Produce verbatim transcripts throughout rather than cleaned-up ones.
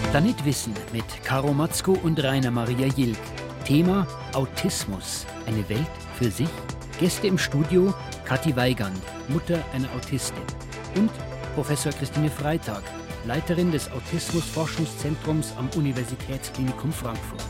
Planet Wissen mit Caro Matzko und Rainer Maria Jilk. Thema Autismus. Eine Welt für sich? Gäste im Studio: Kathi Weigand, Mutter einer Autistin, und Professor Christine Freitag, Leiterin des Autismus-Forschungszentrums am Universitätsklinikum Frankfurt.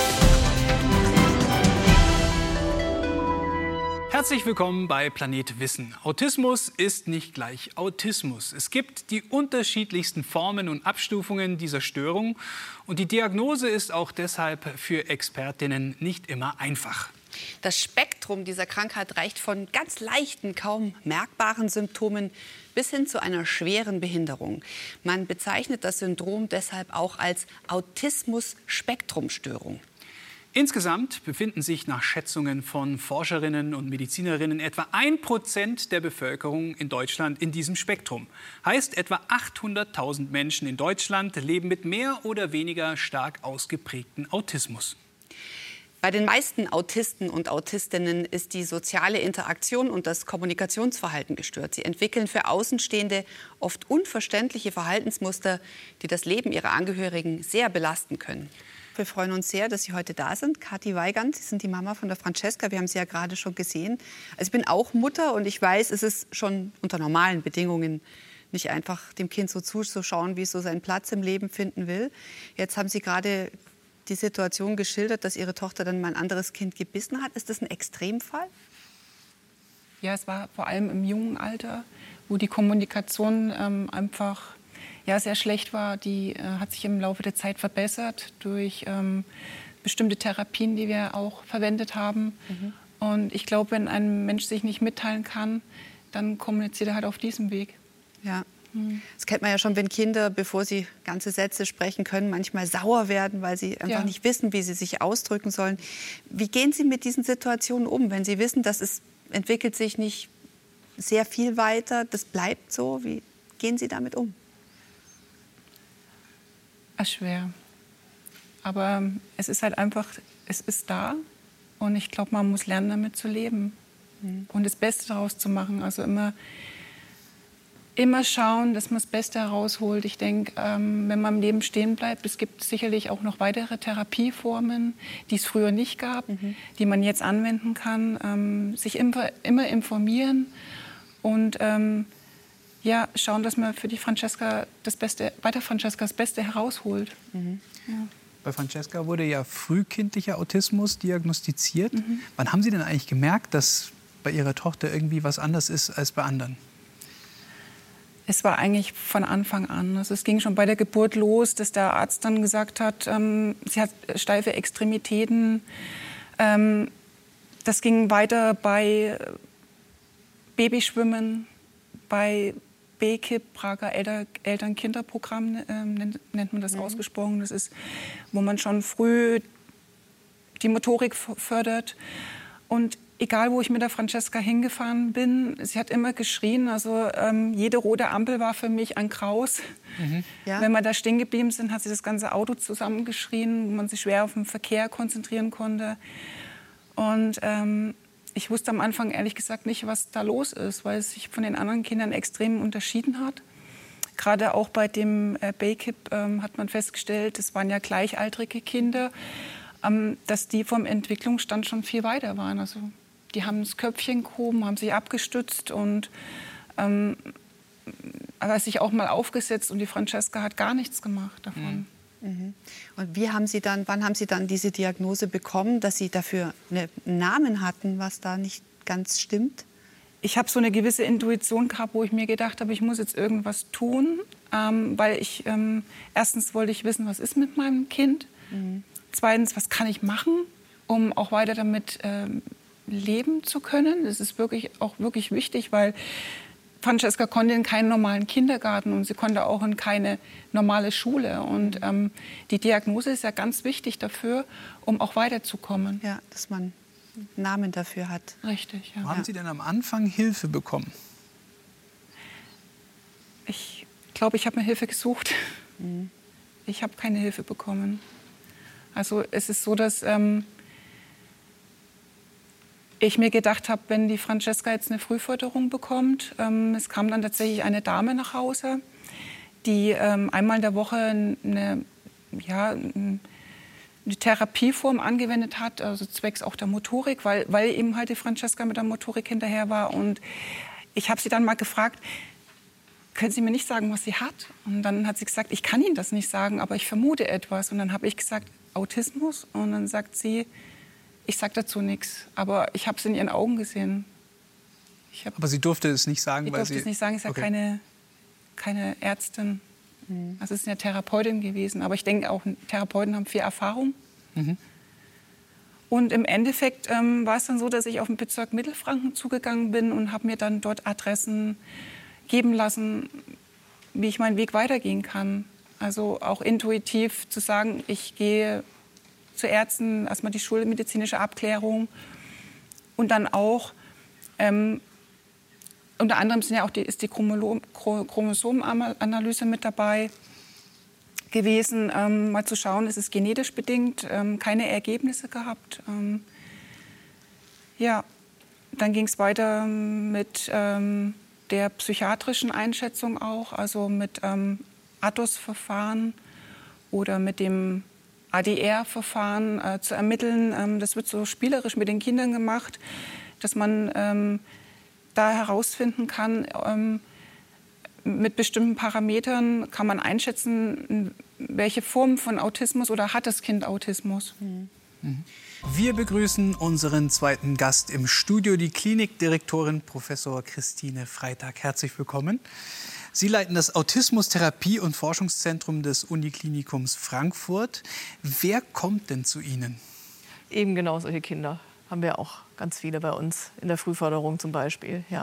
Herzlich willkommen bei Planet Wissen. Autismus ist nicht gleich Autismus. Es gibt die unterschiedlichsten Formen und Abstufungen dieser Störung. Und die Diagnose ist auch deshalb für Expertinnen nicht immer einfach. Das Spektrum dieser Krankheit reicht von ganz leichten, kaum merkbaren Symptomen bis hin zu einer schweren Behinderung. Man bezeichnet das Syndrom deshalb auch als Autismus-Spektrum-Störung. Insgesamt befinden sich nach Schätzungen von Forscherinnen und Medizinerinnen etwa ein Prozent der Bevölkerung in Deutschland in diesem Spektrum. Heißt, etwa achthunderttausend Menschen in Deutschland leben mit mehr oder weniger stark ausgeprägten Autismus. Bei den meisten Autisten und Autistinnen ist die soziale Interaktion und das Kommunikationsverhalten gestört. Sie entwickeln für Außenstehende oft unverständliche Verhaltensmuster, die das Leben ihrer Angehörigen sehr belasten können. Wir freuen uns sehr, dass Sie heute da sind. Kathi Weigand, Sie sind die Mama von der Francesca. Wir haben Sie ja gerade schon gesehen. Also ich bin auch Mutter und ich weiß, es ist schon unter normalen Bedingungen nicht einfach, dem Kind so zuzuschauen, wie es so seinen Platz im Leben finden will. Jetzt haben Sie gerade die Situation geschildert, dass Ihre Tochter dann mal ein anderes Kind gebissen hat. Ist das ein Extremfall? Ja, es war vor allem im jungen Alter, wo die Kommunikation ähm, einfach ja, sehr schlecht war. Die äh, hat sich im Laufe der Zeit verbessert durch ähm, bestimmte Therapien, die wir auch verwendet haben. Mhm. Und ich glaube, wenn ein Mensch sich nicht mitteilen kann, dann kommuniziert er halt auf diesem Weg. Ja. Mhm. Das kennt man ja schon, wenn Kinder, bevor sie ganze Sätze sprechen können, manchmal sauer werden, weil sie einfach ja. nicht wissen, wie sie sich ausdrücken sollen. Wie gehen Sie mit diesen Situationen um, wenn Sie wissen, dass es entwickelt sich nicht sehr viel weiter, das bleibt so? Wie gehen Sie damit um? Schwer. Aber es ist halt einfach, es ist da und ich glaube, man muss lernen, damit zu leben mhm. und das Beste daraus zu machen. Also immer, immer schauen, dass man das Beste herausholt. Ich denke, ähm, wenn man im Leben stehen bleibt, es gibt sicherlich auch noch weitere Therapieformen, die es früher nicht gab, mhm. die man jetzt anwenden kann. Ähm, sich immer, immer informieren und ähm, ja, schauen, dass man für die Francesca das Beste, bei der Francesca das Beste herausholt. Mhm. Ja. Bei Francesca wurde ja frühkindlicher Autismus diagnostiziert. Mhm. Wann haben Sie denn eigentlich gemerkt, dass bei Ihrer Tochter irgendwie was anders ist als bei anderen? Es war eigentlich von Anfang an. Also es ging schon bei der Geburt los, dass der Arzt dann gesagt hat, ähm, sie hat steife Extremitäten. Ähm, das ging weiter bei Babyschwimmen, bei B K I P, Prager Eltern-Kinder-Programm äh, nennt, nennt man das mhm. ausgesprochen. Das ist, wo man schon früh die Motorik fördert. Und egal, wo ich mit der Francesca hingefahren bin, sie hat immer geschrien. Also ähm, jede rote Ampel war für mich ein Graus. Mhm. Ja. Wenn wir da stehen geblieben sind, hat sie das ganze Auto zusammengeschrien, wo man sich schwer auf den Verkehr konzentrieren konnte. Und ähm, ich wusste am Anfang ehrlich gesagt nicht, was da los ist, weil es sich von den anderen Kindern extrem unterschieden hat. Gerade auch bei dem äh, B K I P ähm, hat man festgestellt, es waren ja gleichaltrige Kinder, ähm, dass die vom Entwicklungsstand schon viel weiter waren. Also die haben das Köpfchen gehoben, haben sich abgestützt und ähm, aber sich auch mal aufgesetzt und die Francesca hat gar nichts gemacht davon. Mhm. Mhm. Und wie haben Sie dann, wann haben Sie dann diese Diagnose bekommen, dass Sie dafür einen Namen hatten, was da nicht ganz stimmt? Ich habe so eine gewisse Intuition gehabt, wo ich mir gedacht habe, ich muss jetzt irgendwas tun, ähm, weil ich ähm, erstens wollte ich wissen, was ist mit meinem Kind, mhm. zweitens, was kann ich machen, um auch weiter damit ähm, leben zu können. Das ist wirklich auch wirklich wichtig, weil Francesca konnte in keinen normalen Kindergarten und sie konnte auch in keine normale Schule. Und ähm, die Diagnose ist ja ganz wichtig dafür, um auch weiterzukommen. Ja, dass man einen Namen dafür hat. Richtig, ja. Wo haben Sie denn am Anfang Hilfe bekommen? Ich glaube, ich habe mir Hilfe gesucht. Mhm. Ich habe keine Hilfe bekommen. Also es ist so, dass ähm, ich mir gedacht habe, wenn die Francesca jetzt eine Frühförderung bekommt, ähm, es kam dann tatsächlich eine Dame nach Hause, die ähm, einmal in der Woche eine ja, eine Therapieform angewendet hat, also zwecks auch der Motorik, weil, weil eben halt die Francesca mit der Motorik hinterher war. Und ich habe sie dann mal gefragt, können Sie mir nicht sagen, was sie hat? Und dann hat sie gesagt, ich kann Ihnen das nicht sagen, aber ich vermute etwas. Und dann habe ich gesagt, Autismus. Und dann sagt sie, ich sage dazu nichts, aber ich habe es in ihren Augen gesehen. Ich hab, aber sie durfte es nicht sagen, ich weil durfte sie... es nicht sagen, ich sage, okay. keine, keine Ärztin. Mhm. Also es ist eine Therapeutin gewesen. Aber ich denke auch, Therapeuten haben viel Erfahrung. Mhm. Und im Endeffekt ähm, war es dann so, dass ich auf den Bezirk Mittelfranken zugegangen bin und habe mir dann dort Adressen geben lassen, wie ich meinen Weg weitergehen kann. Also auch intuitiv zu sagen, ich gehe zu Ärzten, erstmal die schulmedizinische Abklärung und dann auch, ähm, unter anderem sind ja auch die, ist die Chromosomenanalyse mit dabei gewesen, ähm, mal zu schauen, ist es genetisch bedingt, ähm, keine Ergebnisse gehabt. Ähm, ja, dann ging es weiter mit ähm, der psychiatrischen Einschätzung auch, also mit ähm, A D O S-Verfahren oder mit dem A D R-Verfahren äh, zu ermitteln. Ähm, das wird so spielerisch mit den Kindern gemacht, dass man ähm, da herausfinden kann, ähm, mit bestimmten Parametern kann man einschätzen, welche Form von Autismus oder hat das Kind Autismus. Mhm. Wir begrüßen unseren zweiten Gast im Studio, die Klinikdirektorin Professor Christine Freitag. Herzlich willkommen. Sie leiten das Autismus-Therapie- und Forschungszentrum des Uniklinikums Frankfurt. Wer kommt denn zu Ihnen? Eben genau solche Kinder haben wir auch ganz viele bei uns in der Frühförderung zum Beispiel. Ja.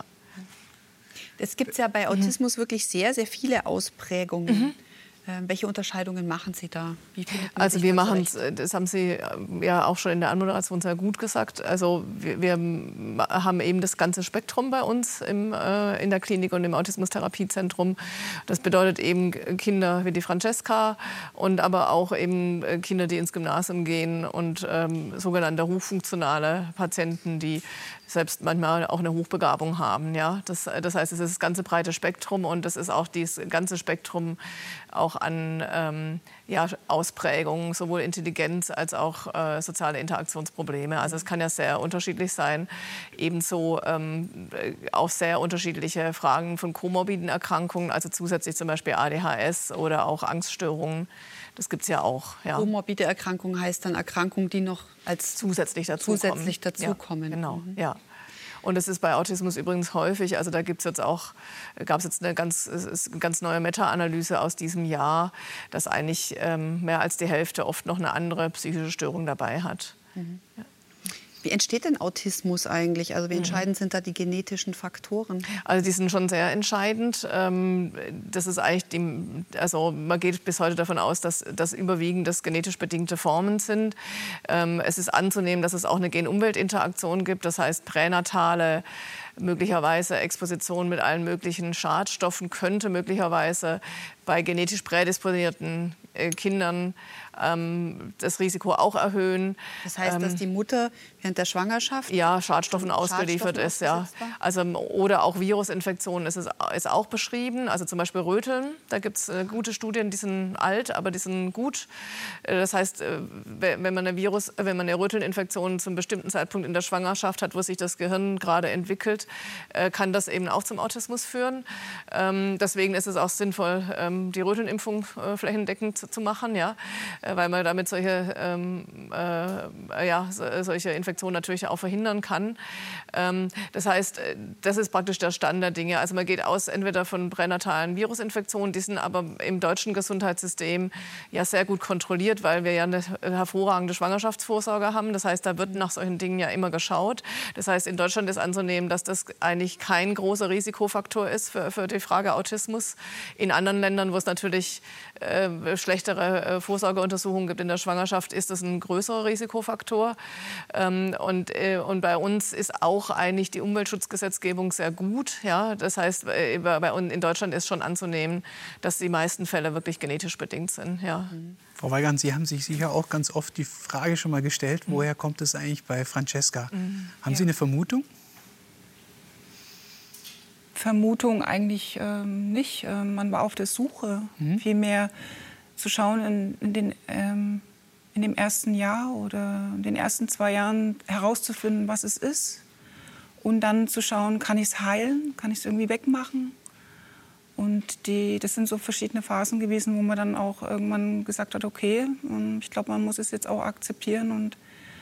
Es gibt ja bei Autismus mhm. wirklich sehr, sehr viele Ausprägungen. Mhm. Ähm, welche Unterscheidungen machen Sie da? Wie also wir machen es, das haben Sie ja auch schon in der Anmoderation sehr gut gesagt. Also wir, wir haben eben das ganze Spektrum bei uns im, äh, in der Klinik und im Autismus-Therapiezentrum. Das bedeutet eben Kinder wie die Francesca und aber auch eben Kinder, die ins Gymnasium gehen und ähm, sogenannte hochfunktionale Patienten, die selbst manchmal auch eine Hochbegabung haben. Ja? Das, das heißt, es ist das ganze breite Spektrum und das ist auch dieses ganze Spektrum auch an ähm, ja, Ausprägungen, sowohl Intelligenz als auch äh, soziale Interaktionsprobleme. Also es kann ja sehr unterschiedlich sein. Ebenso ähm, auch sehr unterschiedliche Fragen von komorbiden Erkrankungen, also zusätzlich zum Beispiel A D H S oder auch Angststörungen. Das gibt es ja auch. Ja. Komorbide Erkrankung heißt dann Erkrankungen, die noch als zusätzlich dazukommen. Zusätzlich dazukommen. Ja, genau, mhm. ja. Und das ist bei Autismus übrigens häufig. Also da gibt's jetzt auch, gab es jetzt eine ganz, ist eine ganz neue Meta-Analyse aus diesem Jahr, dass eigentlich ähm, mehr als die Hälfte oft noch eine andere psychische Störung dabei hat. Mhm. Ja. Wie entsteht denn Autismus eigentlich? Also wie entscheidend sind da die genetischen Faktoren? Also die sind schon sehr entscheidend. Das ist eigentlich die, also man geht bis heute davon aus, dass das überwiegend das genetisch bedingte Formen sind. Es ist anzunehmen, dass es auch eine Gen-Umwelt-Interaktion gibt. Das heißt pränatale möglicherweise Exposition mit allen möglichen Schadstoffen könnte möglicherweise bei genetisch prädisponierten äh, Kindern ähm, das Risiko auch erhöhen. Das heißt, ähm, dass die Mutter während der Schwangerschaft ja, Schadstoffen ausgeliefert ist. Ja. Also, oder auch Virusinfektionen ist, es, ist auch beschrieben. Also zum Beispiel Röteln. Da gibt es äh, gute Studien, die sind alt, aber die sind gut. Äh, das heißt, äh, wenn man eine Virus, wenn man eine Rötelninfektion zum bestimmten Zeitpunkt in der Schwangerschaft hat, wo sich das Gehirn gerade entwickelt, äh, kann das eben auch zum Autismus führen. Ähm, deswegen ist es auch sinnvoll, ähm, die Rötelnimpfung äh, flächendeckend zu, zu machen, ja, äh, weil man damit solche, ähm, äh, ja, so, solche Infektionen natürlich auch verhindern kann. Ähm, das heißt, das ist praktisch der Stand der Dinge. Also man geht aus entweder von pränatalen Virusinfektionen, die sind aber im deutschen Gesundheitssystem ja sehr gut kontrolliert, weil wir ja eine hervorragende Schwangerschaftsvorsorge haben. Das heißt, da wird nach solchen Dingen ja immer geschaut. Das heißt, in Deutschland ist anzunehmen, dass das eigentlich kein großer Risikofaktor ist für, für die Frage Autismus. In anderen Ländern, wo es natürlich äh, schlechtere äh, Vorsorgeuntersuchungen gibt in der Schwangerschaft, ist das ein größerer Risikofaktor. Ähm, und, äh, und bei uns ist auch eigentlich die Umweltschutzgesetzgebung sehr gut. Ja? Das heißt, äh, bei uns in Deutschland ist schon anzunehmen, dass die meisten Fälle wirklich genetisch bedingt sind. Ja. Mhm. Frau Weigand, Sie haben sich sicher auch ganz oft die Frage schon mal gestellt, mhm. woher kommt es eigentlich bei Francesca? Mhm. Haben ja. Sie eine Vermutung? Vermutung eigentlich ähm, nicht. Ähm, man war auf der Suche. Mhm. Vielmehr zu schauen, in, in, den, ähm, in dem ersten Jahr oder in den ersten zwei Jahren herauszufinden, was es ist. Und dann zu schauen, kann ich es heilen, kann ich es irgendwie wegmachen. Und die, das sind so verschiedene Phasen gewesen, wo man dann auch irgendwann gesagt hat, okay, ich glaube, man muss es jetzt auch akzeptieren und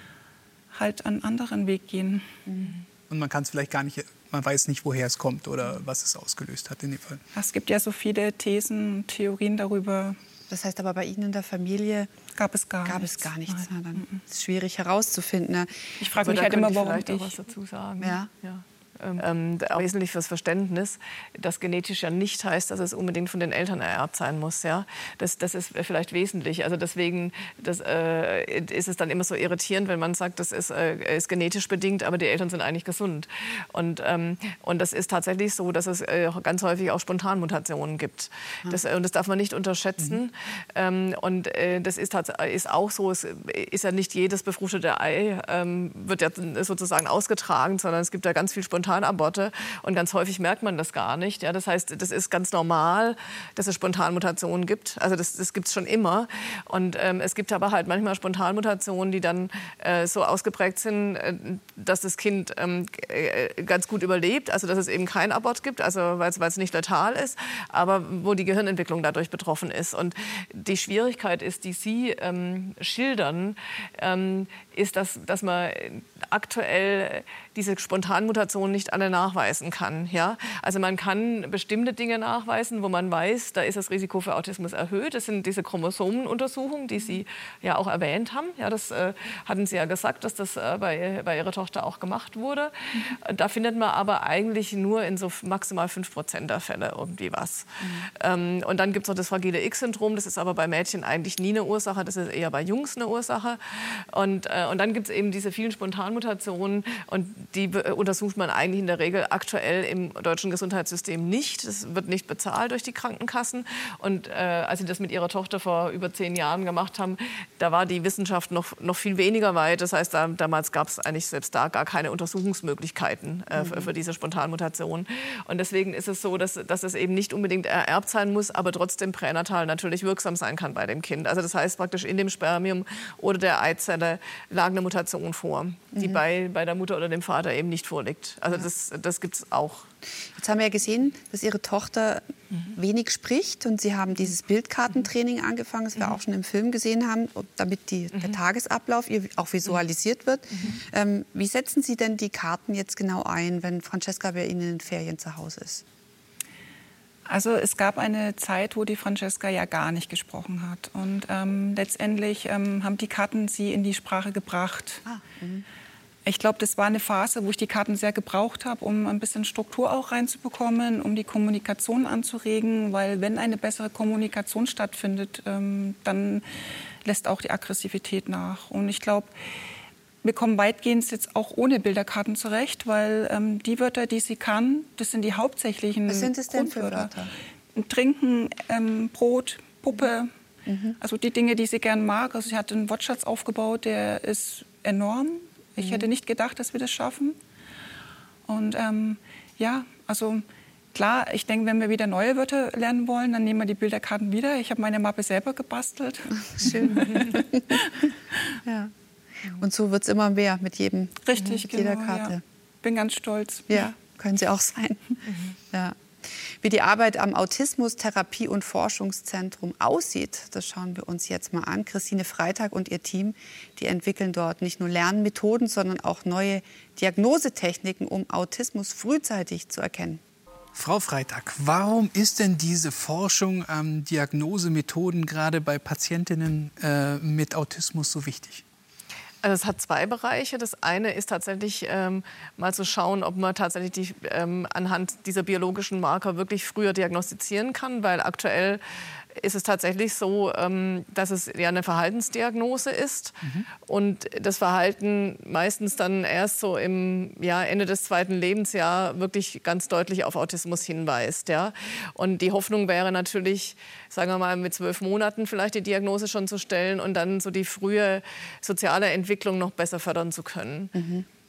halt einen anderen Weg gehen. Und man kann es vielleicht gar nicht, man weiß nicht, woher es kommt oder was es ausgelöst hat in dem Fall. Es gibt ja so viele Thesen und Theorien darüber. Das heißt aber, bei Ihnen in der Familie gab es gar gab nichts. Es gar nichts. Nein. Na, dann ist es schwierig herauszufinden. Ich frage mich halt immer, warum vielleicht ich... auch was dazu sagen. Ja. Ja. Ähm, auch wesentlich fürs Verständnis, dass genetisch ja nicht heißt, dass es unbedingt von den Eltern ererbt sein muss. Ja? Das, das ist vielleicht wesentlich. Also deswegen das, äh, ist es dann immer so irritierend, wenn man sagt, das ist, äh, ist genetisch bedingt, aber die Eltern sind eigentlich gesund. Und, ähm, und das ist tatsächlich so, dass es äh, ganz häufig auch Spontanmutationen gibt. Das, und das darf man nicht unterschätzen. Mhm. Ähm, und äh, das ist, ist auch so, es ist ja nicht jedes befruchtete Ei ähm, wird ja sozusagen ausgetragen, sondern es gibt ja ganz viel Spontan Spontanaborte und ganz häufig merkt man das gar nicht. Ja, das heißt, das ist ganz normal, dass es Spontanmutationen gibt. Also das, das gibt es schon immer. Und ähm, es gibt aber halt manchmal Spontanmutationen, die dann äh, so ausgeprägt sind, äh, dass das Kind ähm, äh, ganz gut überlebt. Also dass es eben keinen Abort gibt, also weil es nicht letal ist, aber wo die Gehirnentwicklung dadurch betroffen ist. Und die Schwierigkeit ist, die Sie ähm, schildern, ähm, ist, dass, dass man aktuell diese Spontanmutationen nicht alle nachweisen kann. Ja? Also man kann bestimmte Dinge nachweisen, wo man weiß, da ist das Risiko für Autismus erhöht. Das sind diese Chromosomenuntersuchungen, die Sie ja auch erwähnt haben. Ja, das äh, hatten Sie ja gesagt, dass das äh, bei, bei Ihrer Tochter auch gemacht wurde. Mhm. Da findet man aber eigentlich nur in so maximal fünf Prozent der Fälle irgendwie was. Mhm. Ähm, und dann gibt es noch das fragile X-Syndrom. Das ist aber bei Mädchen eigentlich nie eine Ursache. Das ist eher bei Jungs eine Ursache. Und, äh, und dann gibt es eben diese vielen Spontanmutationen und die untersucht man eigentlich in der Regel aktuell im deutschen Gesundheitssystem nicht. Das wird nicht bezahlt durch die Krankenkassen. Und äh, als Sie das mit Ihrer Tochter vor über zehn Jahren gemacht haben, da war die Wissenschaft noch, noch viel weniger weit. Das heißt, da, damals gab es eigentlich selbst da gar keine Untersuchungsmöglichkeiten äh, für, für diese Spontanmutation. Und deswegen ist es so, dass, dass es eben nicht unbedingt ererbt sein muss, aber trotzdem pränatal natürlich wirksam sein kann bei dem Kind. Also das heißt praktisch in dem Spermium oder der Eizelle lag eine Mutation vor, die mhm. bei, bei der Mutter oder dem Vater eben nicht vorliegt. Also das, das gibt es auch. Jetzt haben wir ja gesehen, dass Ihre Tochter mhm. wenig spricht und Sie haben dieses Bildkartentraining angefangen, das wir mhm. auch schon im Film gesehen haben, damit die, mhm. der Tagesablauf auch visualisiert wird. Mhm. Ähm, wie setzen Sie denn die Karten jetzt genau ein, wenn Francesca bei Ihnen in den Ferien zu Hause ist? Also es gab eine Zeit, wo die Francesca ja gar nicht gesprochen hat. Und ähm, letztendlich ähm, haben die Karten sie in die Sprache gebracht. Ah, ich glaube, das war eine Phase, wo ich die Karten sehr gebraucht habe, um ein bisschen Struktur auch reinzubekommen, um die Kommunikation anzuregen. Weil wenn eine bessere Kommunikation stattfindet, ähm, dann lässt auch die Aggressivität nach. Und ich glaube, wir kommen weitgehend jetzt auch ohne Bilderkarten zurecht, weil ähm, die Wörter, die sie kann, das sind die hauptsächlichen Was sind es denn für Grundwörter. Wörter? Trinken, ähm, Brot, Puppe, mhm. also die Dinge, die sie gern mag. Also sie hat einen Wortschatz aufgebaut, der ist enorm. Ich mhm. hätte nicht gedacht, dass wir das schaffen. Und ähm, ja, also klar, ich denke, wenn wir wieder neue Wörter lernen wollen, dann nehmen wir die Bilderkarten wieder. Ich habe meine Mappe selber gebastelt. Schön. Ja. Und so wird es immer mehr mit jedem, Richtig, mit jeder genau, Karte. Ja. Bin ganz stolz. Ja, können Sie auch sein. Mhm. Ja. Wie die Arbeit am Autismus Therapie- und Forschungszentrum aussieht, das schauen wir uns jetzt mal an. Christine Freitag und ihr Team, die entwickeln dort nicht nur Lernmethoden, sondern auch neue Diagnosetechniken, um Autismus frühzeitig zu erkennen. Frau Freitag, warum ist denn diese Forschung am Diagnosemethoden gerade bei Patientinnen äh, mit Autismus so wichtig? Also es hat zwei Bereiche. Das eine ist tatsächlich ähm, mal zu schauen, ob man tatsächlich die, ähm, anhand dieser biologischen Marker wirklich früher diagnostizieren kann, weil aktuell ist es tatsächlich so, ähm, dass es ja eine Verhaltensdiagnose ist mhm. und das Verhalten meistens dann erst so im ja, Ende des zweiten Lebensjahres wirklich ganz deutlich auf Autismus hinweist. Ja? Und die Hoffnung wäre natürlich, sagen wir mal, mit zwölf Monaten vielleicht die Diagnose schon zu stellen und dann so die frühe soziale Entwicklung noch besser fördern zu können. Mhm.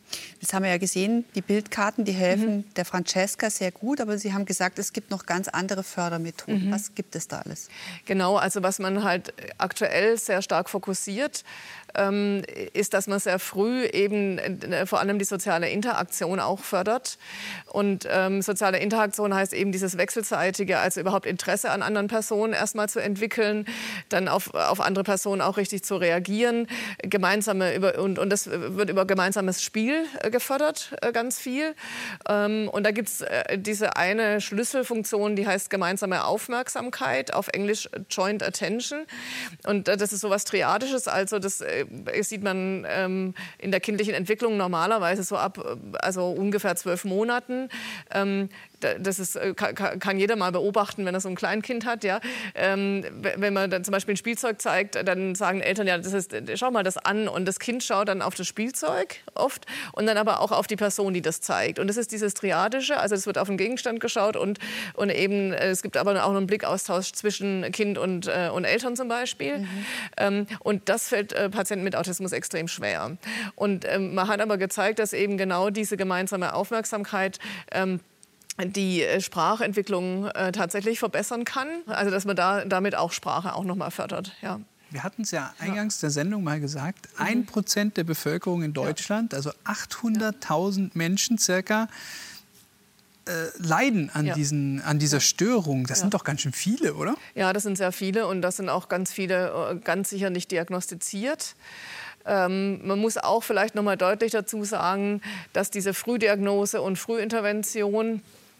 Das haben wir ja gesehen, die Bildkarten, die helfen Mhm. der Francesca sehr gut, aber Sie haben gesagt, es gibt noch ganz andere Fördermethoden. Mhm. Was gibt es da alles? Genau, also was man halt aktuell sehr stark fokussiert, ähm, ist, dass man sehr früh eben äh, vor allem die soziale Interaktion auch fördert. Und ähm, soziale Interaktion heißt eben dieses Wechselseitige, also überhaupt Interesse an anderen Personen erstmal zu entwickeln, dann auf, auf andere Personen auch richtig zu reagieren, gemeinsame über, und, und das wird über gemeinsames Spiel äh, gefördert, äh, ganz viel. Ähm, und da gibt es äh, diese eine Schlüsselfunktion, die heißt gemeinsame Aufmerksamkeit, auf Englisch Joint Attention. Und äh, das ist so was Triadisches, also das äh, sieht man ähm, in der kindlichen Entwicklung normalerweise so ab, also ungefähr zwölf Monaten. Ähm, Das ist, kann, kann jeder mal beobachten, wenn er so ein Kleinkind hat. Ja. Ähm, wenn man dann zum Beispiel ein Spielzeug zeigt, dann sagen Eltern, ja, das ist, schau mal das an. Und das Kind schaut dann auf das Spielzeug oft und dann aber auch auf die Person, die das zeigt. Und das ist dieses Triadische, also es wird auf den Gegenstand geschaut und, und eben, es gibt aber auch noch einen Blickaustausch zwischen Kind und, äh, und Eltern zum Beispiel. Mhm. Ähm, und das fällt äh, Patienten mit Autismus extrem schwer. Und ähm, man hat aber gezeigt, dass eben genau diese gemeinsame Aufmerksamkeit ähm, die Sprachentwicklung äh, tatsächlich verbessern kann. Also dass man da damit auch Sprache auch noch mal fördert. Ja. Wir hatten es ja eingangs der Sendung mal gesagt, ein Prozent der Bevölkerung in Deutschland, also achthunderttausend Menschen circa, äh, leiden an, ja. diesen, an dieser Störung. Das ja. sind doch ganz schön viele, oder? Ja, das sind sehr viele und das sind auch ganz viele ganz sicher nicht diagnostiziert. Ähm, man muss auch vielleicht noch mal deutlich dazu sagen, dass diese Frühdiagnose und Frühintervention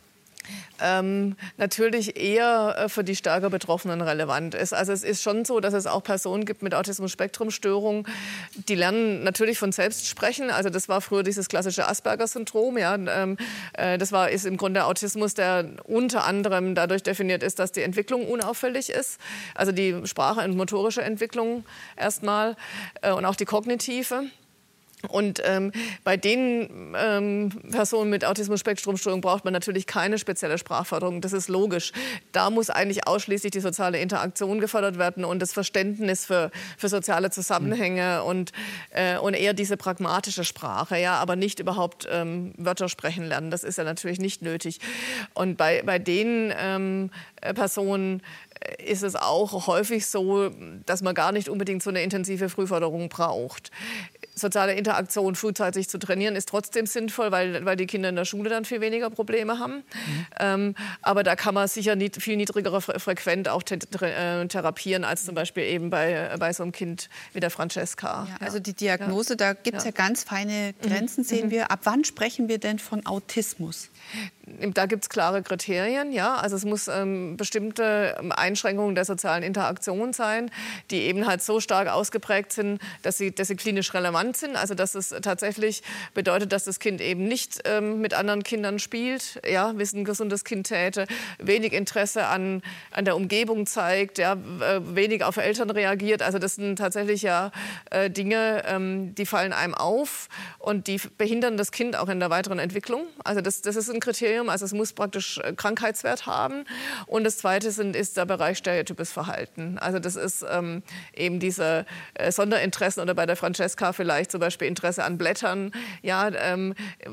Ähm, natürlich eher äh, für die stärker Betroffenen relevant ist. Also es ist schon so, dass es auch Personen gibt mit Autismus-Spektrum-Störung, die lernen natürlich von selbst sprechen. Also das war früher dieses klassische Asperger-Syndrom. Ja. Ähm, äh, das war, ist im Grunde Autismus, der unter anderem dadurch definiert ist, dass die Entwicklung unauffällig ist. Also die Sprache- und motorische Entwicklung erstmal äh, und auch die kognitive. Und ähm, bei den ähm, Personen mit Autismus-Spektrum-Störung braucht man natürlich keine spezielle Sprachförderung. Das ist logisch. Da muss eigentlich ausschließlich die soziale Interaktion gefördert werden und das Verständnis für, für soziale Zusammenhänge mhm. und, äh, und eher diese pragmatische Sprache, ja, aber nicht überhaupt ähm, Wörter sprechen lernen. Das ist ja natürlich nicht nötig. Und bei, bei den ähm, Personen ist es auch häufig so, dass man gar nicht unbedingt so eine intensive Frühförderung braucht. Soziale Interaktion frühzeitig zu trainieren ist trotzdem sinnvoll, weil, weil die Kinder in der Schule dann viel weniger Probleme haben. Mhm. Ähm, aber da kann man sicher nicht, viel niedrigere Frequenz auch te äh, therapieren als zum Beispiel eben bei, bei so einem Kind wie der Francesca. Ja, also die Diagnose, ja. da gibt es ja. ja ganz feine Grenzen, mhm. sehen wir. Ab wann sprechen wir denn von Autismus? Da gibt es klare Kriterien. Ja? Also es muss ähm, bestimmte Einschränkungen der sozialen Interaktion sein, die eben halt so stark ausgeprägt sind, dass sie, dass sie klinisch relevant sind. Also dass es tatsächlich bedeutet, dass das Kind eben nicht ähm, mit anderen Kindern spielt, ja, wie es ein gesundes Kind täte, wenig Interesse an, an der Umgebung zeigt, ja, wenig auf Eltern reagiert. Also das sind tatsächlich ja äh, Dinge, ähm, die fallen einem auf und die behindern das Kind auch in der weiteren Entwicklung. Also das, das ist ein Kriterium, also es muss praktisch Krankheitswert haben. Und das Zweite sind, ist der Bereich stereotypes Verhalten. Also das ist ähm, eben diese äh, Sonderinteressen oder bei der Francesca vielleicht zum Beispiel Interesse an Blättern. Ja, ähm,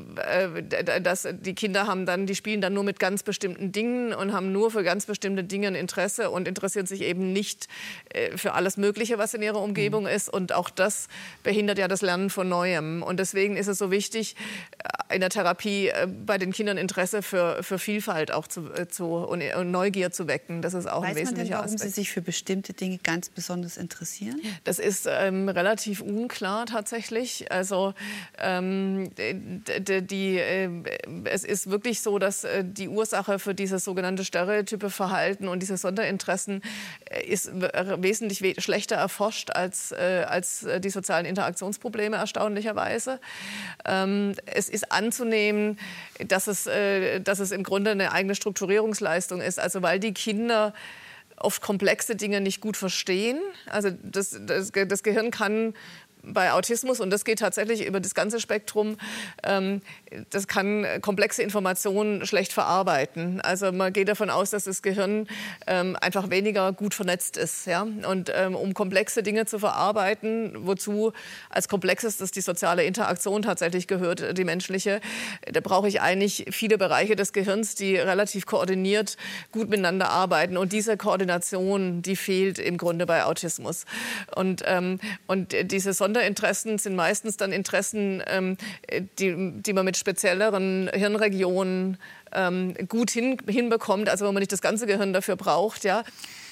äh, dass die Kinder haben dann, die spielen dann nur mit ganz bestimmten Dingen und haben nur für ganz bestimmte Dinge ein Interesse und interessieren sich eben nicht äh, für alles Mögliche, was in ihrer Umgebung mhm. ist. Und auch das behindert ja das Lernen von Neuem. Und deswegen ist es so wichtig, in der Therapie äh, bei den Kindern Interesse für, für Vielfalt auch zu, äh, zu, und, und Neugier zu wecken. Das ist auch Weiß ein wesentlicher man denn, warum Aspekt. Sie sich für bestimmte Dinge ganz besonders interessieren? Das ist ähm, relativ unklar tatsächlich. Also ähm, die, die, äh, es ist wirklich so, dass äh, die Ursache für dieses sogenannte stereotype Verhalten und diese Sonderinteressen äh, ist wesentlich we schlechter erforscht als, äh, als die sozialen Interaktionsprobleme erstaunlicherweise. Ähm, es ist anzunehmen, dass es, äh, dass es im Grunde eine eigene Strukturierungsleistung ist. Also weil die Kinder oft komplexe Dinge nicht gut verstehen. Also das, das, das Gehirn kann bei Autismus, und das geht tatsächlich über das ganze Spektrum, ähm, das kann komplexe Informationen schlecht verarbeiten. Also man geht davon aus, dass das Gehirn ähm, einfach weniger gut vernetzt ist. Ja? Und ähm, um komplexe Dinge zu verarbeiten, wozu als komplexestes die soziale Interaktion tatsächlich gehört, die menschliche, da brauche ich eigentlich viele Bereiche des Gehirns, die relativ koordiniert gut miteinander arbeiten. Und diese Koordination, die fehlt im Grunde bei Autismus. Und, ähm, und diese Sonderinteressen sind meistens dann Interessen, ähm, die, die man mit spezielleren Hirnregionen ähm, gut hin, hinbekommt, also wo man nicht das ganze Gehirn dafür braucht. Ja.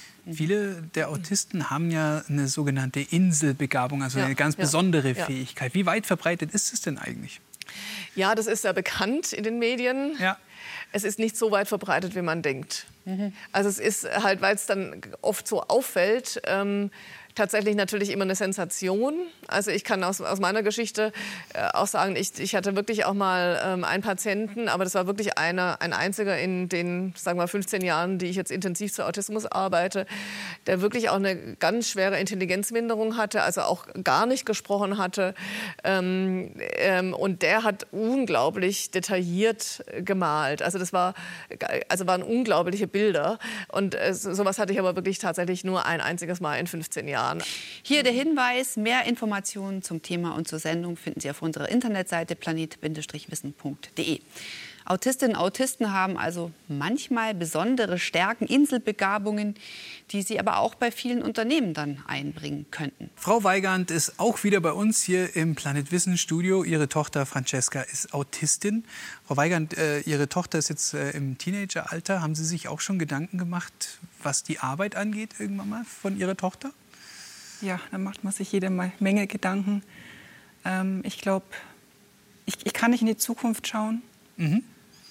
Viele der Autisten haben ja eine sogenannte Inselbegabung, also ja, eine ganz ja, besondere ja. Fähigkeit. Wie weit verbreitet ist es denn eigentlich? Ja, das ist ja bekannt in den Medien. Ja. Es ist nicht so weit verbreitet, wie man denkt. Mhm. Also es ist halt, weil es dann oft so auffällt, ähm, tatsächlich natürlich immer eine Sensation. Also ich kann aus, aus meiner Geschichte äh, auch sagen, ich, ich hatte wirklich auch mal ähm, einen Patienten, aber das war wirklich einer, ein einziger in den, sagen wir, fünfzehn Jahren, die ich jetzt intensiv zu Autismus arbeite, der wirklich auch eine ganz schwere Intelligenzminderung hatte, also auch gar nicht gesprochen hatte. Ähm, ähm, und der hat unglaublich detailliert gemalt. Also das war, also waren unglaubliche Bilder. Und äh, sowas hatte ich aber wirklich tatsächlich nur ein einziges Mal in fünfzehn Jahren. Hier der Hinweis, mehr Informationen zum Thema und zur Sendung finden Sie auf unserer Internetseite planet Bindestrich wissen Punkt de. Autistinnen und Autisten haben also manchmal besondere Stärken, Inselbegabungen, die sie aber auch bei vielen Unternehmen dann einbringen könnten. Frau Weigand ist auch wieder bei uns hier im Planet Wissen Studio. Ihre Tochter Francesca ist Autistin. Frau Weigand, äh, Ihre Tochter ist jetzt äh, im Teenageralter. Haben Sie sich auch schon Gedanken gemacht, was die Arbeit angeht, irgendwann mal von Ihrer Tochter? Ja, da macht man sich jede Menge Gedanken. Ähm, ich glaube, ich, ich kann nicht in die Zukunft schauen. Mhm.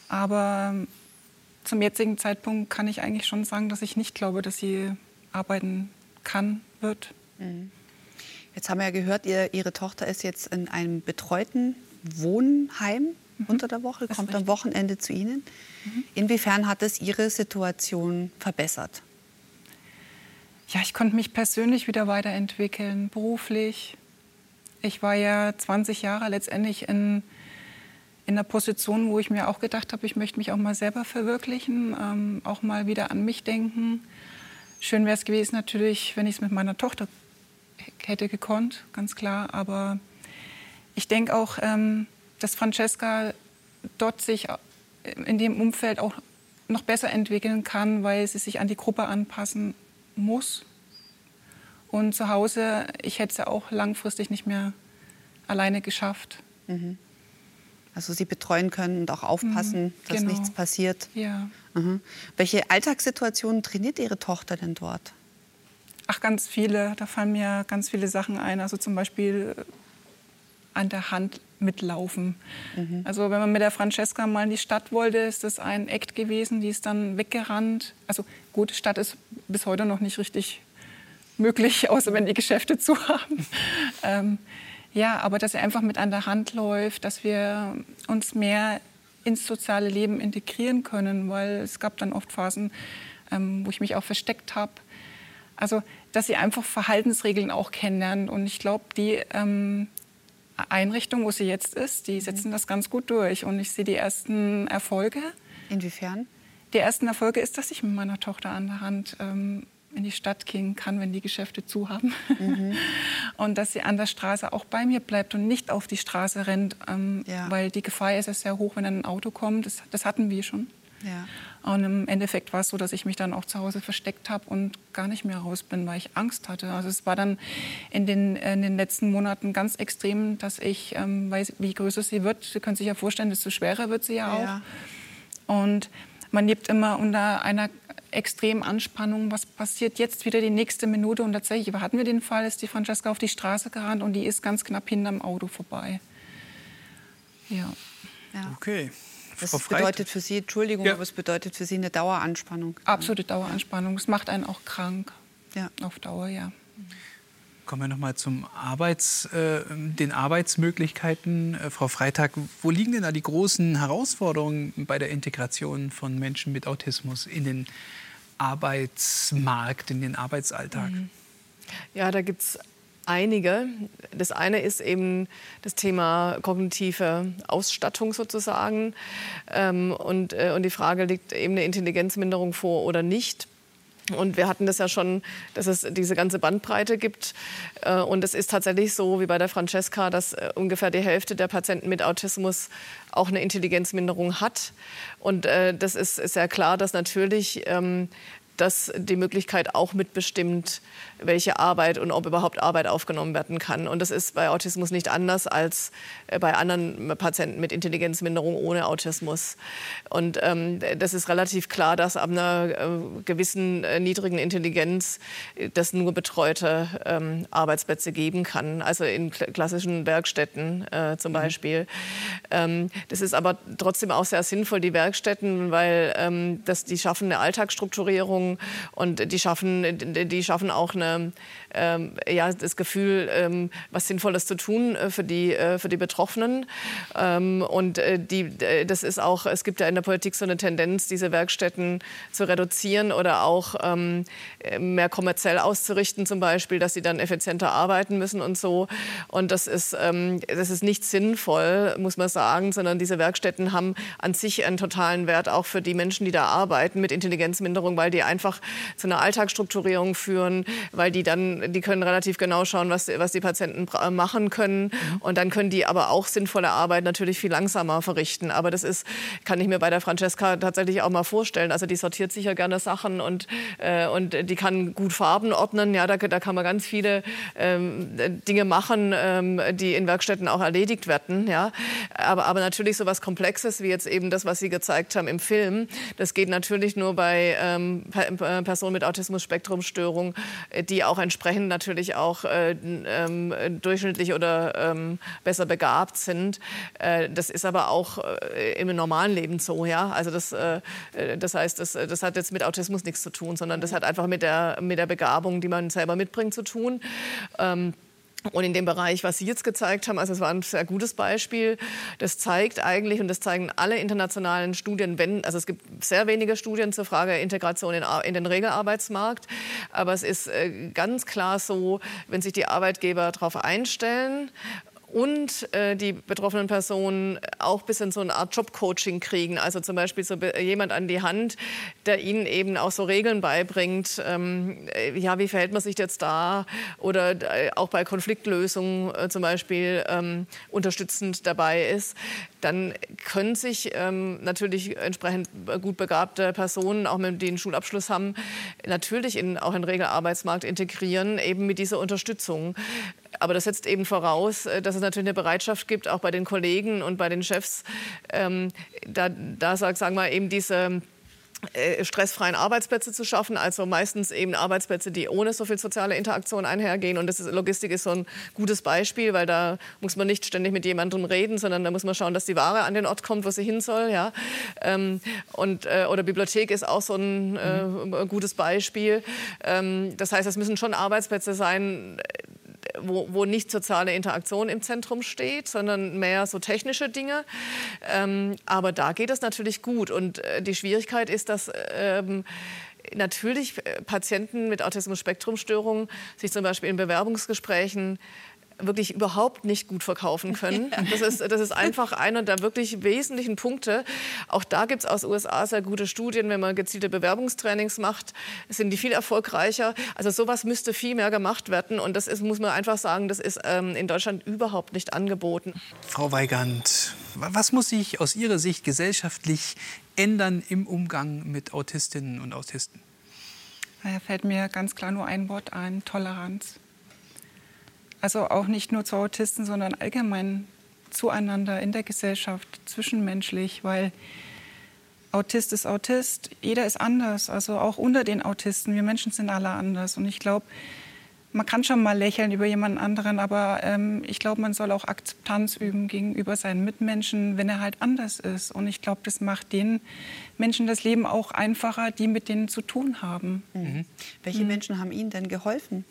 Aber ähm, zum jetzigen Zeitpunkt kann ich eigentlich schon sagen, dass ich nicht glaube, dass sie arbeiten kann, wird. Mhm. Jetzt haben wir ja gehört, ihr, Ihre Tochter ist jetzt in einem betreuten Wohnheim mhm. unter der Woche, kommt richtig. Am Wochenende zu Ihnen. Mhm. Inwiefern hat es Ihre Situation verbessert? Ja, ich konnte mich persönlich wieder weiterentwickeln, beruflich. Ich war ja zwanzig Jahre letztendlich in, in einer Position, wo ich mir auch gedacht habe, ich möchte mich auch mal selber verwirklichen, ähm, auch mal wieder an mich denken. Schön wäre es gewesen natürlich, wenn ich es mit meiner Tochter hätte gekonnt, ganz klar. Aber ich denke auch, ähm, dass Francesca dort sich in dem Umfeld auch noch besser entwickeln kann, weil sie sich an die Gruppe anpassen muss. Und zu Hause, ich hätte es ja auch langfristig nicht mehr alleine geschafft. Mhm. Also Sie betreuen können und auch aufpassen, mhm, dass genau. nichts passiert. Ja. Mhm. Welche Alltagssituationen trainiert Ihre Tochter denn dort? Ach, ganz viele. Da fallen mir ganz viele Sachen ein. Also zum Beispiel an der Hand mitlaufen. Mhm. Also wenn man mit der Francesca mal in die Stadt wollte, ist das ein Act gewesen. Die ist dann weggerannt. Also gut, Stadt ist bis heute noch nicht richtig möglich, außer wenn die Geschäfte zu haben. ähm, ja, aber dass sie einfach mit an der Hand läuft, dass wir uns mehr ins soziale Leben integrieren können, weil es gab dann oft Phasen, ähm, wo ich mich auch versteckt habe. Also, dass sie einfach Verhaltensregeln auch kennenlernt. Und ich glaube, die ähm, Einrichtung, wo sie jetzt ist, die setzen das ganz gut durch. Und ich sehe die ersten Erfolge. Inwiefern? Die ersten Erfolge ist, dass ich mit meiner Tochter an der Hand ähm, in die Stadt gehen kann, wenn die Geschäfte zu haben. Mhm. Und dass sie an der Straße auch bei mir bleibt und nicht auf die Straße rennt. Ähm, ja. Weil die Gefahr ist ja sehr hoch, wenn ein Auto kommt. Das, das hatten wir schon. Ja. Und im Endeffekt war es so, dass ich mich dann auch zu Hause versteckt habe und gar nicht mehr raus bin, weil ich Angst hatte. Also es war dann in den, in den letzten Monaten ganz extrem, dass ich, ähm, weil wie größer sie wird, Sie können sich ja vorstellen, desto schwerer wird sie ja auch. Ja. Und man lebt immer unter einer extremen Anspannung. Was passiert jetzt wieder die nächste Minute? Und tatsächlich hatten wir den Fall, ist die Francesca auf die Straße gerannt und die ist ganz knapp hinterm Auto vorbei. Ja. Ja. Okay. Das bedeutet für Sie, Entschuldigung, ja. aber es bedeutet für Sie eine Daueranspannung. Absolute Daueranspannung. Das macht einen auch krank. Ja. Auf Dauer, ja. Kommen wir noch mal zum Arbeits, äh, den Arbeitsmöglichkeiten. Äh, Frau Freitag, wo liegen denn da die großen Herausforderungen bei der Integration von Menschen mit Autismus in den Arbeitsmarkt, in den Arbeitsalltag? Ja, da gibt es einige. Das eine ist eben das Thema kognitive Ausstattung sozusagen. Ähm, und, äh, und die Frage, liegt eben eine Intelligenzminderung vor oder nicht? Und wir hatten das ja schon, dass es diese ganze Bandbreite gibt. Und es ist tatsächlich so, wie bei der Francesca, dass ungefähr die Hälfte der Patienten mit Autismus auch eine Intelligenzminderung hat. Und das ist sehr klar, dass natürlich dass die Möglichkeit auch mitbestimmt, welche Arbeit und ob überhaupt Arbeit aufgenommen werden kann. Und das ist bei Autismus nicht anders als bei anderen Patienten mit Intelligenzminderung ohne Autismus. Und ähm, das ist relativ klar, dass ab einer äh, gewissen äh, niedrigen Intelligenz das nur betreute ähm, Arbeitsplätze geben kann, also in kl- klassischen Werkstätten äh, zum Beispiel. Mhm. Ähm, das ist aber trotzdem auch sehr sinnvoll, die Werkstätten, weil ähm, das, die schaffen eine Alltagsstrukturierung und die schaffen, die schaffen auch eine, ähm, ja, das Gefühl, ähm, was Sinnvolles zu tun äh, für, die, äh, für die Betroffenen. Ähm, und äh, die, äh, das ist auch, es gibt ja in der Politik so eine Tendenz, diese Werkstätten zu reduzieren oder auch ähm, mehr kommerziell auszurichten zum Beispiel, dass sie dann effizienter arbeiten müssen und so. Und das ist, ähm, das ist nicht sinnvoll, muss man sagen, sondern diese Werkstätten haben an sich einen totalen Wert auch für die Menschen, die da arbeiten mit Intelligenzminderung, weil die einfach zu einer Alltagsstrukturierung führen, weil die dann, die können relativ genau schauen, was, was die Patienten machen können. Mhm. Und dann können die aber auch sinnvolle Arbeit natürlich viel langsamer verrichten. Aber das ist, kann ich mir bei der Francesca tatsächlich auch mal vorstellen. Also die sortiert sicher gerne Sachen und, äh, und die kann gut Farben ordnen. Ja, da, da kann man ganz viele ähm, Dinge machen, ähm, die in Werkstätten auch erledigt werden. Ja. Aber, aber natürlich so was Komplexes wie jetzt eben das, was Sie gezeigt haben im Film, das geht natürlich nur bei ähm, Personen mit Autismus-Spektrum-Störung, die auch entsprechend natürlich auch äh, ähm, durchschnittlich oder ähm, besser begabt sind. Äh, das ist aber auch äh, im normalen Leben so. Ja? Also das, äh, das heißt, das, das hat jetzt mit Autismus nichts zu tun, sondern das hat einfach mit der, mit der Begabung, die man selber mitbringt, zu tun. Ähm, Und in dem Bereich, was Sie jetzt gezeigt haben, also es war ein sehr gutes Beispiel, das zeigt eigentlich, und das zeigen alle internationalen Studien, wenn, also es gibt sehr wenige Studien zur Frage Integration in, in den Regelarbeitsmarkt, aber es ist äh, ganz klar so, wenn sich die Arbeitgeber darauf einstellen und äh, die betroffenen Personen auch ein bisschen so eine Art Jobcoaching kriegen. Also zum Beispiel so jemand an die Hand, der ihnen eben auch so Regeln beibringt. Ähm, ja, wie verhält man sich jetzt da? Oder äh, auch bei Konfliktlösungen äh, zum Beispiel ähm, unterstützend dabei ist. Dann können sich ähm, natürlich entsprechend gut begabte Personen, auch mit, die einen Schulabschluss haben, natürlich in, auch in den Regelarbeitsmarkt integrieren, eben mit dieser Unterstützung. Aber das setzt eben voraus, dass es natürlich eine Bereitschaft gibt, auch bei den Kollegen und bei den Chefs, ähm, da, da sagen wir eben diese äh, stressfreien Arbeitsplätze zu schaffen, also meistens eben Arbeitsplätze, die ohne so viel soziale Interaktion einhergehen. Und das ist, Logistik ist so ein gutes Beispiel, weil da muss man nicht ständig mit jemandem reden, sondern da muss man schauen, dass die Ware an den Ort kommt, wo sie hin soll. Ja? Ähm, und, äh, oder Bibliothek ist auch so ein äh, mhm. gutes Beispiel. Ähm, das heißt, es müssen schon Arbeitsplätze sein, Wo, wo nicht soziale Interaktion im Zentrum steht, sondern mehr so technische Dinge. Ähm, aber da geht es natürlich gut. Und äh, die Schwierigkeit ist, dass ähm, natürlich Patienten mit Autismus-Spektrum-Störungen sich zum Beispiel in Bewerbungsgesprächen wirklich überhaupt nicht gut verkaufen können. Das ist, das ist einfach einer der wirklich wesentlichen Punkte. Auch da gibt es aus U S A sehr gute Studien, wenn man gezielte Bewerbungstrainings macht, sind die viel erfolgreicher. Also sowas müsste viel mehr gemacht werden und das ist, muss man einfach sagen, das ist ähm, in Deutschland überhaupt nicht angeboten. Frau Weigand, was muss sich aus Ihrer Sicht gesellschaftlich ändern im Umgang mit Autistinnen und Autisten? Da fällt mir ganz klar nur ein Wort ein: Toleranz. Also auch nicht nur zu Autisten, sondern allgemein zueinander in der Gesellschaft, zwischenmenschlich, weil Autist ist Autist, jeder ist anders, also auch unter den Autisten, wir Menschen sind alle anders. Und ich glaube, man kann schon mal lächeln über jemanden anderen, aber ähm, ich glaube, man soll auch Akzeptanz üben gegenüber seinen Mitmenschen, wenn er halt anders ist. Und ich glaube, das macht den Menschen das Leben auch einfacher, die mit denen zu tun haben. Mhm. Welche mhm. Menschen haben Ihnen denn geholfen?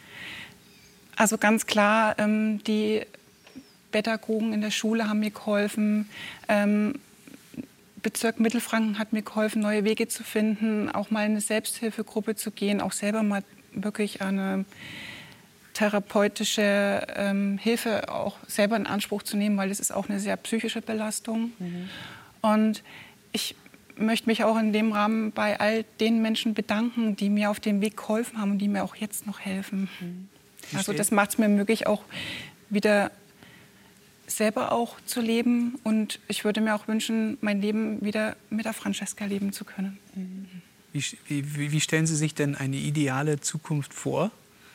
Also ganz klar, ähm, die Pädagogen in der Schule haben mir geholfen. Ähm, Bezirk Mittelfranken hat mir geholfen, neue Wege zu finden, auch mal in eine Selbsthilfegruppe zu gehen, auch selber mal wirklich eine therapeutische ähm, Hilfe auch selber in Anspruch zu nehmen, weil es ist auch eine sehr psychische Belastung. Mhm. Und ich möchte mich auch in dem Rahmen bei all den Menschen bedanken, die mir auf dem Weg geholfen haben und die mir auch jetzt noch helfen. Mhm. Also das macht es mir möglich, auch wieder selber auch zu leben. Und ich würde mir auch wünschen, mein Leben wieder mit der Francesca leben zu können. Mhm. Wie, wie, wie stellen Sie sich denn eine ideale Zukunft vor?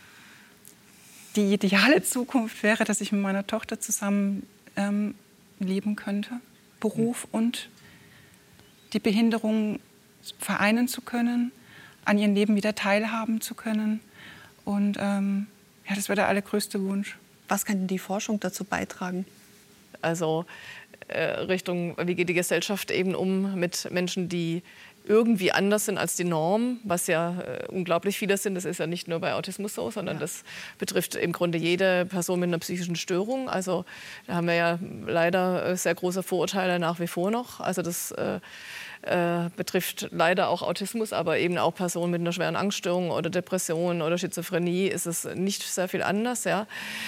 Die ideale Zukunft wäre, dass ich mit meiner Tochter zusammen ähm, leben könnte, Beruf mhm. und die Behinderung vereinen zu können, an ihrem Leben wieder teilhaben zu können. Und ähm, ja, das wäre der allergrößte Wunsch. Was kann denn die Forschung dazu beitragen? Also äh, Richtung, wie geht die Gesellschaft eben um mit Menschen, die irgendwie anders sind als die Norm, was ja äh, unglaublich viele sind. Das ist ja nicht nur bei Autismus so, sondern ja. das betrifft im Grunde jede Person mit einer psychischen Störung. Also da haben wir ja leider äh, sehr große Vorurteile nach wie vor noch. Also das äh, äh, betrifft leider auch Autismus, aber eben auch Personen mit einer schweren Angststörung oder Depression oder Schizophrenie ist es nicht sehr viel anders. Ja.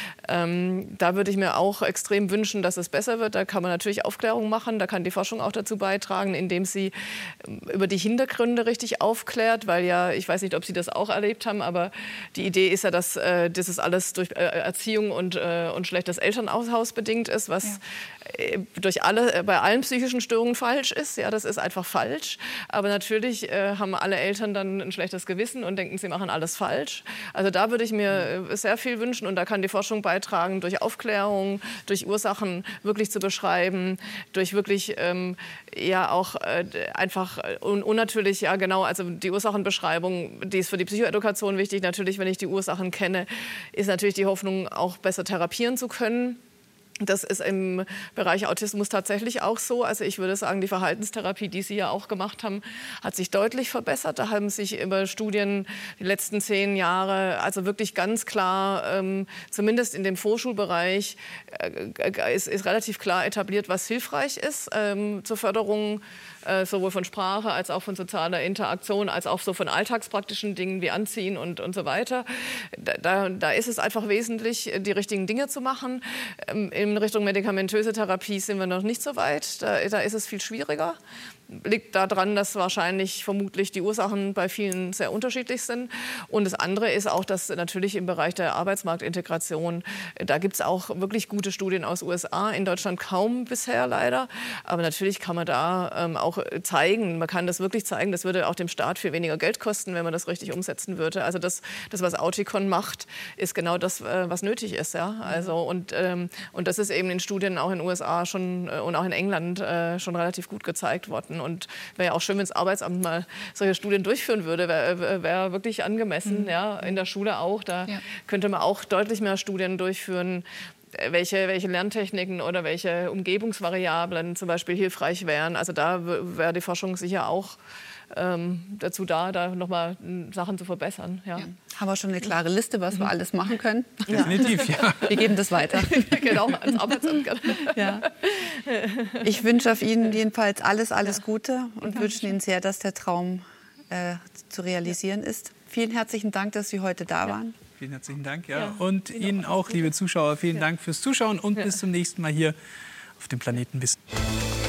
Ähm, da würde ich mir auch extrem wünschen, dass es besser wird. Da kann man natürlich Aufklärung machen, da kann die Forschung auch dazu beitragen, indem sie über die Hintergründe richtig aufklärt, weil ja, ich weiß nicht, ob Sie das auch erlebt haben, aber die Idee ist ja, dass äh, das alles durch äh, Erziehung und, äh, und schlechtes Elternhaus bedingt ist, was ja. äh, durch alle, äh, bei allen psychischen Störungen falsch ist. Ja, das ist einfach falsch. Aber natürlich äh, haben alle Eltern dann ein schlechtes Gewissen und denken, sie machen alles falsch. Also da würde ich mir äh, sehr viel wünschen und da kann die Forschung beitragen, durch Aufklärung, durch Ursachen wirklich zu beschreiben, durch wirklich ähm, ja auch äh, einfach und, und natürlich, ja genau, also die Ursachenbeschreibung, die ist für die Psychoedukation wichtig. Natürlich, wenn ich die Ursachen kenne, ist natürlich die Hoffnung, auch besser therapieren zu können. Das ist im Bereich Autismus tatsächlich auch so. Also ich würde sagen, die Verhaltenstherapie, die Sie ja auch gemacht haben, hat sich deutlich verbessert. Da haben sich über Studien die letzten zehn Jahre, also wirklich ganz klar, ähm, zumindest in dem Vorschulbereich, äh, ist, ist relativ klar etabliert, was hilfreich ist ähm, zur Förderung äh, sowohl von Sprache als auch von sozialer Interaktion, als auch so von alltagspraktischen Dingen wie Anziehen und, und so weiter. Da, da, da ist es einfach wesentlich, die richtigen Dinge zu machen. Ähm, in Richtung medikamentöse Therapie sind wir noch nicht so weit. Da, da ist es viel schwieriger. Liegt daran, dass wahrscheinlich vermutlich die Ursachen bei vielen sehr unterschiedlich sind. Und das andere ist auch, dass natürlich im Bereich der Arbeitsmarktintegration, da gibt es auch wirklich gute Studien aus U S A, in Deutschland kaum bisher leider. Aber natürlich kann man da ähm, auch zeigen, man kann das wirklich zeigen, das würde auch dem Staat viel weniger Geld kosten, wenn man das richtig umsetzen würde. Also das, das was Auticon macht, ist genau das, äh, was nötig ist. Ja? Also, und, ähm, und das ist eben in Studien auch in den U S A schon, äh, und auch in England äh, schon relativ gut gezeigt worden. Und wäre ja auch schön, wenn das Arbeitsamt mal solche Studien durchführen würde, wäre wär wirklich angemessen, mhm. ja, in der Schule auch. Da ja. könnte man auch deutlich mehr Studien durchführen, welche, welche Lerntechniken oder welche Umgebungsvariablen zum Beispiel hilfreich wären. Also da wäre die Forschung sicher auch ähm, dazu da, da nochmal Sachen zu verbessern. Ja. Ja. Haben wir schon eine klare Liste, was mhm. wir alles machen können? Definitiv, ja. Wir geben das weiter. Genau, ans Arbeitsamt. Ja. Ich wünsche auf Ihnen jedenfalls alles, alles Gute und ja. wünsche Ihnen sehr, dass der Traum äh, zu realisieren ist. Vielen herzlichen Dank, dass Sie heute da ja. waren. Vielen herzlichen Dank. Ja. Ja. Und Ihnen auch, liebe Zuschauer, vielen ja. Dank fürs Zuschauen und ja. bis zum nächsten Mal hier auf dem Planeten Wissen.